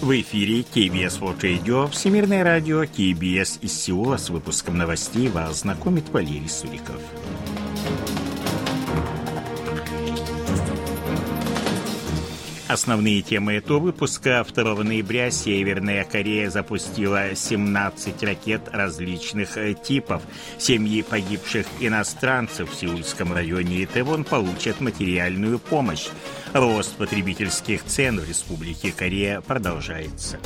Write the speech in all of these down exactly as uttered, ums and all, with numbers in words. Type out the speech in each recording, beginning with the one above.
В эфире кей би эс World Radio, Всемирное радио, кей би эс из Сеула. С выпуском новостей вас знакомит Валерий Суриков. Основные темы этого выпуска. второго ноября Северная Корея запустила семнадцать ракет различных типов. Семьи погибших иностранцев в сеульском районе Итэвон получат материальную помощь. Рост потребительских цен в Республике Корея продолжается.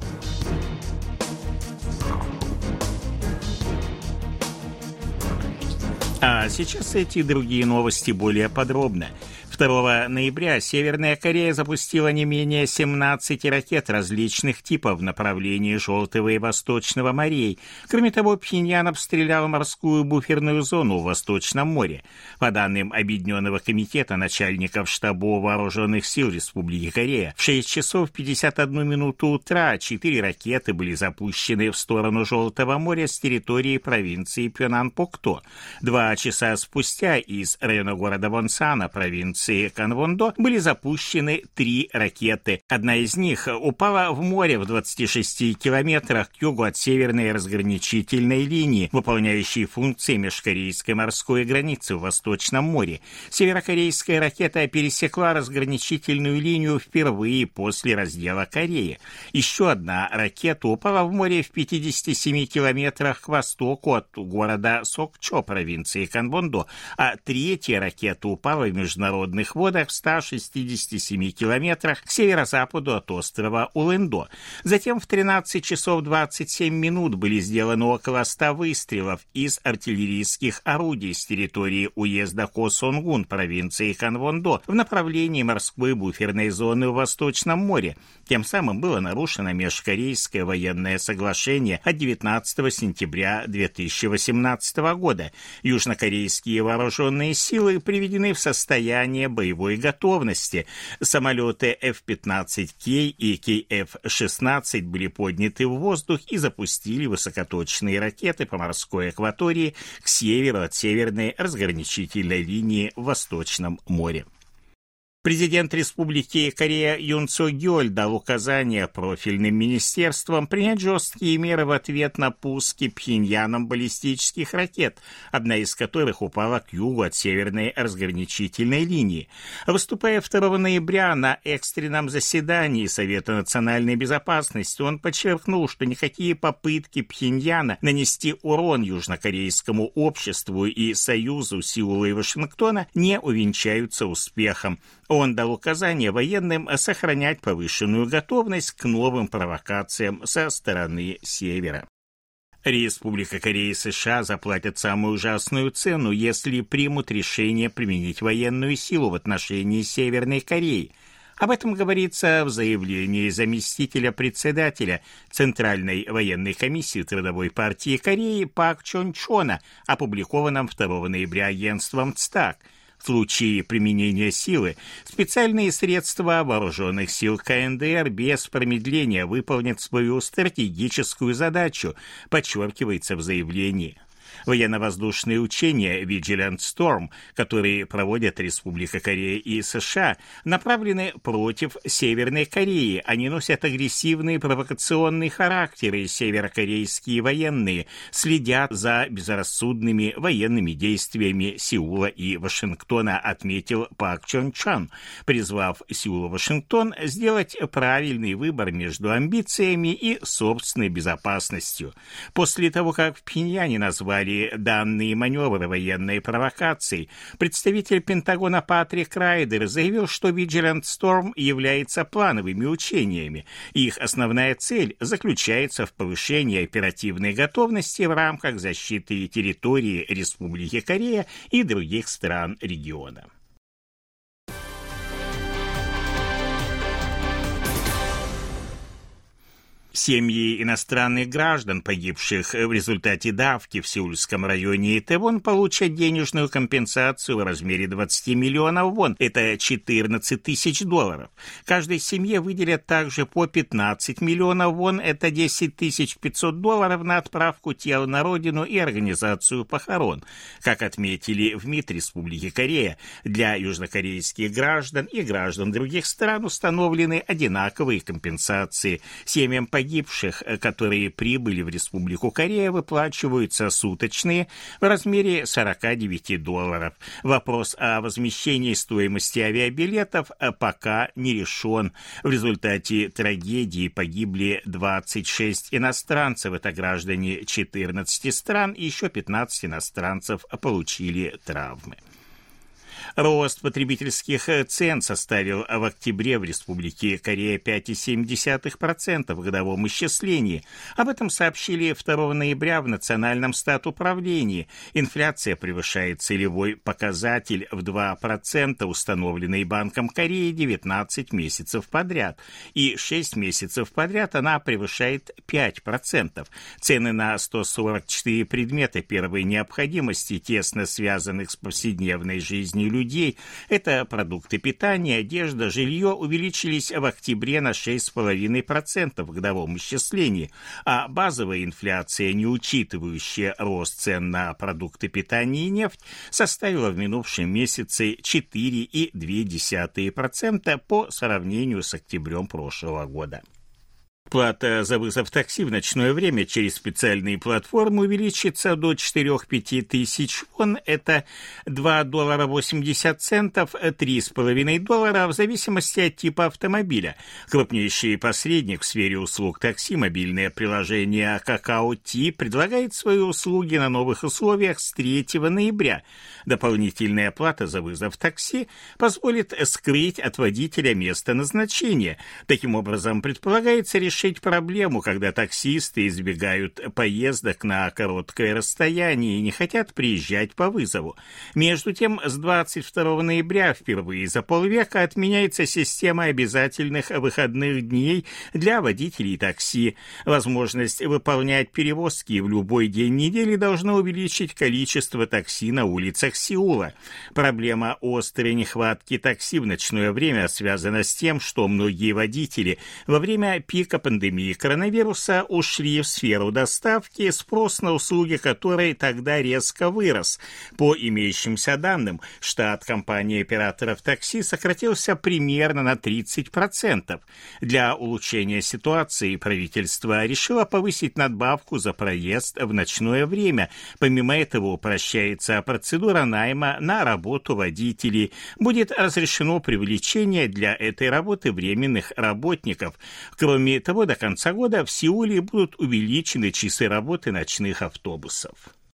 А сейчас эти и другие новости более подробно. второго ноября Северная Корея запустила не менее семнадцати ракет различных типов в направлении Желтого и Восточного морей. Кроме того, Пхеньян обстрелял морскую буферную зону в Восточном море. По данным Объединенного комитета начальников штабов вооруженных сил Республики Корея, в шесть часов пятьдесят одну минуту утра четыре ракеты были запущены в сторону Желтого моря с территории провинции Пьонан-Покто. Два часа спустя из района города Вонсана, провинции Канвондо, были запущены три ракеты. Одна из них упала в море в двадцати шести километрах к югу от северной разграничительной линии, выполняющей функции межкорейской морской границы в Восточном море. Северокорейская ракета пересекла разграничительную линию впервые после раздела Кореи. Еще одна ракета упала в море в пятидесяти семи километрах к востоку от города Сокчо, провинции Канвондо, а третья ракета упала в международных водах в ста шестидесяти семи километрах к северо-западу от острова Улындо. Затем в тринадцать часов двадцать семь минут были сделаны около ста выстрелов из артиллерийских орудий с территории уезда Хосонгун, провинции Канвондо, в направлении морской буферной зоны в Восточном море. Тем самым было нарушено межкорейское военное соглашение от девятнадцатого сентября две тысячи восемнадцатого года. Южнокорейские вооруженные силы приведены в состояние боевой готовности. Самолеты эф пятнадцать кей и кей эф шестнадцать были подняты в воздух и запустили высокоточные ракеты по морской акватории к северу от северной разграничительной линии в Восточном море. Президент Республики Корея Юн Сок-гёль дал указание профильным министерствам принять жесткие меры в ответ на пуски Пхеньяном баллистических ракет, одна из которых упала к югу от северной разграничительной линии. Выступая второго ноября на экстренном заседании Совета национальной безопасности, он подчеркнул, что никакие попытки Пхеньяна нанести урон южнокорейскому обществу и союзу Сеула и Вашингтона не увенчаются успехом. Он дал указание военным сохранять повышенную готовность к новым провокациям со стороны Севера. Республика Корея и США заплатят самую ужасную цену, если примут решение применить военную силу в отношении Северной Кореи. Об этом говорится в заявлении заместителя председателя Центральной военной комиссии Трудовой партии Кореи Пак Чон Чона, опубликованном второго ноября агентством ЦТАК. В случае применения силы специальные средства вооруженных сил ка эн дэ эр без промедления выполнят свою стратегическую задачу, подчеркивается в заявлении. Военно-воздушные учения Vigilant Storm, которые проводят Республика Корея и США, направлены против Северной Кореи. Они носят агрессивный провокационный характер, и северокорейские военные следят за безрассудными военными действиями Сеула и Вашингтона, отметил Пак Чон Чан, призвав Сеул и Вашингтон сделать правильный выбор между амбициями и собственной безопасностью. После того, как в Пхеньяне назвали данные маневры военной провокации, представитель Пентагона Патрик Райдер заявил, что Vigilant Storm является плановыми учениями. Их основная цель заключается в повышении оперативной готовности в рамках защиты территории Республики Корея и других стран региона. Семьи иностранных граждан, погибших в результате давки в Сеульском районе Итэвон, получат денежную компенсацию в размере двадцать миллионов вон. Это четырнадцать тысяч долларов. Каждой семье выделят также по пятнадцать миллионов вон. Это десять тысяч пятьсот долларов на отправку тел на родину и организацию похорон. Как отметили в МИД Республики Корея, для южнокорейских граждан и граждан других стран установлены одинаковые компенсации. Семьям погибших Погибших, которые прибыли в Республику Корея, выплачиваются суточные в размере сорок девять долларов. Вопрос о возмещении стоимости авиабилетов пока не решен. В результате трагедии погибли двадцать шесть иностранцев. Это граждане четырнадцати стран, и еще пятнадцать иностранцев получили травмы. Рост потребительских цен составил в октябре в Республике Корея пять целых семь десятых процента в годовом исчислении. Об этом сообщили второго ноября в Национальном статуправлении. Инфляция превышает целевой показатель в два процента, установленный Банком Кореи девятнадцать месяцев подряд. И шесть месяцев подряд она превышает пять процентов. Цены на сто сорок четыре предмета первой необходимости, тесно связанных с повседневной жизнью людей, это продукты питания, одежда, жилье, увеличились в октябре на шесть целых пять десятых процента в годовом исчислении, а базовая инфляция, не учитывающая рост цен на продукты питания и нефть, составила в минувшем месяце четыре целых две десятых процента по сравнению с октябрем прошлого года. Плата за вызов такси в ночное время через специальные платформы увеличится до четырех-пяти тысяч вон. Это два доллара восемьдесят центов, три с половиной доллара в зависимости от типа автомобиля. Крупнейший посредник в сфере услуг такси, мобильное приложение Какао Ти, предлагает свои услуги на новых условиях с третьего ноября. Дополнительная плата за вызов такси позволит скрыть от водителя место назначения. Таким образом, предполагается решить решить проблему, когда таксисты избегают поездок на короткое расстояние и не хотят приезжать по вызову. Между тем, с двадцать второго ноября впервые за полвека отменяется система обязательных выходных дней для водителей такси. Возможность выполнять перевозки в любой день недели должна увеличить количество такси на улицах Сеула. Проблема острой нехватки такси в ночное время связана с тем, что многие водители во время пика пандемии коронавируса ушли в сферу доставки, спрос на услуги которой тогда резко вырос. По имеющимся данным, штат компании-операторов такси сократился примерно на тридцать процентов. Для улучшения ситуации правительство решило повысить надбавку за проезд в ночное время. Помимо этого, упрощается процедура найма на работу водителей. Будет разрешено привлечение для этой работы временных работников. Кроме того, до конца года в Сеуле будут увеличены часы работы ночных автобусов.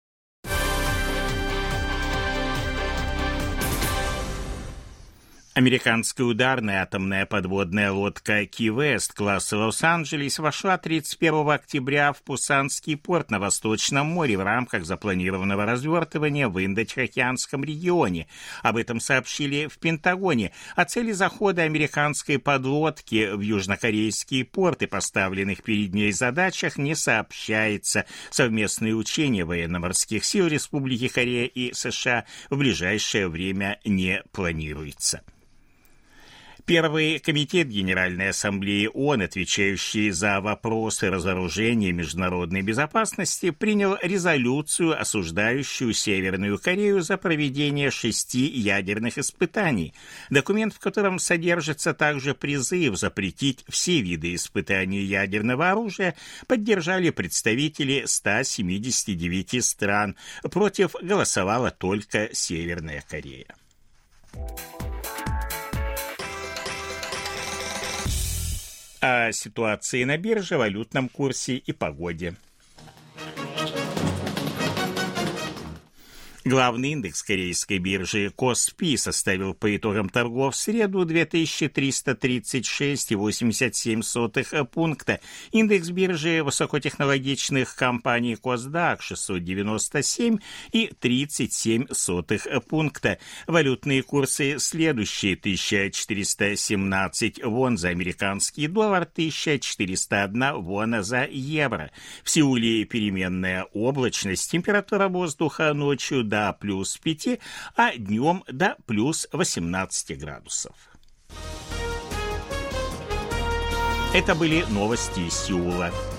Американская ударная атомная подводная лодка Ки Вест класса Лос-Анджелес вошла тридцать первого октября в Пусанский порт на Восточном море в рамках запланированного развертывания в Индо-Тихоокеанском регионе. Об этом сообщили в Пентагоне. О цели захода американской подлодки в южнокорейские порты, поставленных перед ней задачах, не сообщается. Совместные учения военно-морских сил Республики Корея и США в ближайшее время не планируется. Первый комитет Генеральной Ассамблеи ООН, отвечающий за вопросы разоружения и международной безопасности, принял резолюцию, осуждающую Северную Корею за проведение шести ядерных испытаний. Документ, в котором содержится также призыв запретить все виды испытаний ядерного оружия, поддержали представители ста семидесяти девяти стран. Против голосовала только Северная Корея. О ситуации на бирже, валютном курсе и погоде. Главный индекс корейской биржи Коспи составил по итогам торгов в среду две тысячи триста тридцать шесть целых восемьдесят семь сотых пункта. Индекс биржи высокотехнологичных компаний Косдак шестьсот девяносто семь целых тридцать семь сотых пункта. Валютные курсы следующие: тысяча четыреста семнадцать вон за американский доллар, тысяча четыреста одна вона за евро. В Сеуле переменная облачность, температура воздуха ночью до плюс пяти, а днем до плюс восемнадцати градусов. Это были новости из Сеула.